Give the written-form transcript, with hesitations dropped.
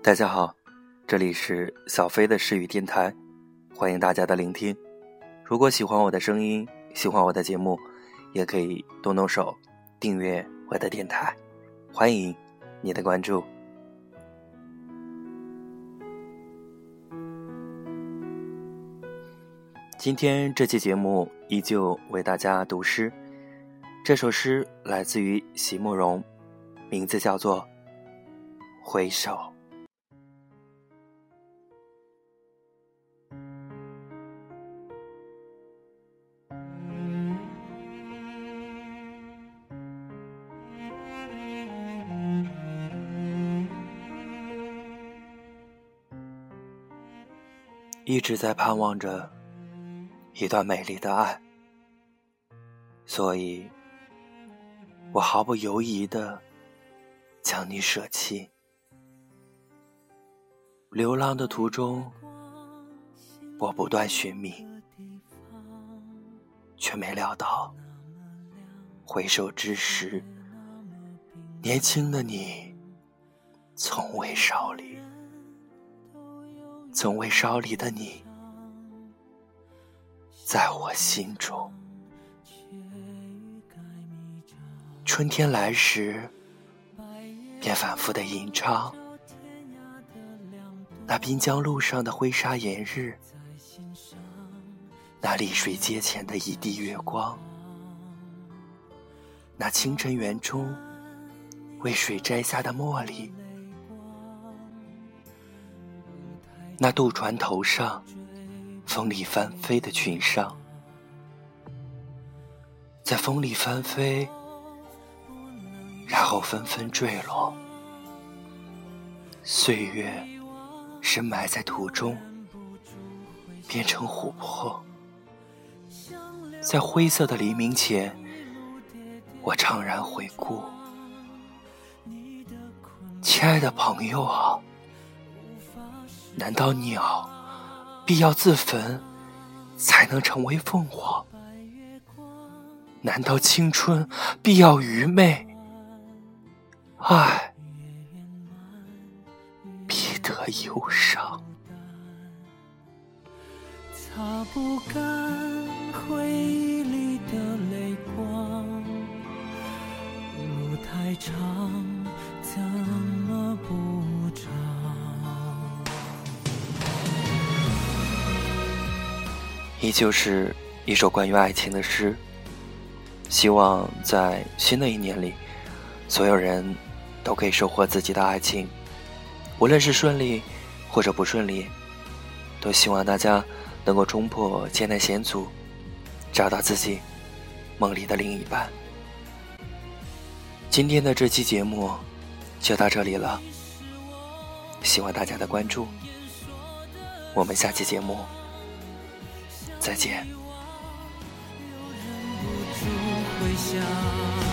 大家好，这里是小飞的诗语电台，欢迎大家的聆听。如果喜欢我的声音，喜欢我的节目，也可以动动手订阅我的电台，欢迎你的关注。今天这期节目依旧为大家读诗，这首诗来自于席慕容，名字叫做《回首》。一直在盼望着一段美丽的爱，所以我毫不犹疑地将你舍弃。流浪的途中，我不断寻觅，却没料到回首之时，年轻的你从未少理，从未少理的你在我心中。春天来时，便反复地吟唱那滨江路上的灰沙炎日，那丽水街前的一地月光，那清晨园中为水摘下的茉莉，那渡船头上风里翻飞的裙裳，在风里翻飞，然后纷纷坠落。岁月深埋在土中，变成琥珀。在灰色的黎明前，我怅然回顾，亲爱的朋友啊，难道鸟必要自焚才能成为凤凰？难道青春必要愚昧？爱必得忧伤。 擦不干回忆里的泪光，路太长，怎么不长？ 依旧是一首关于爱情的诗，希望在新的一年里，所有人都可以收获自己的爱情，无论是顺利或者不顺利，都希望大家能够冲破艰难险阻，找到自己梦里的另一半。今天的这期节目就到这里了，希望大家的关注，我们下期节目再见。 又忍不住回想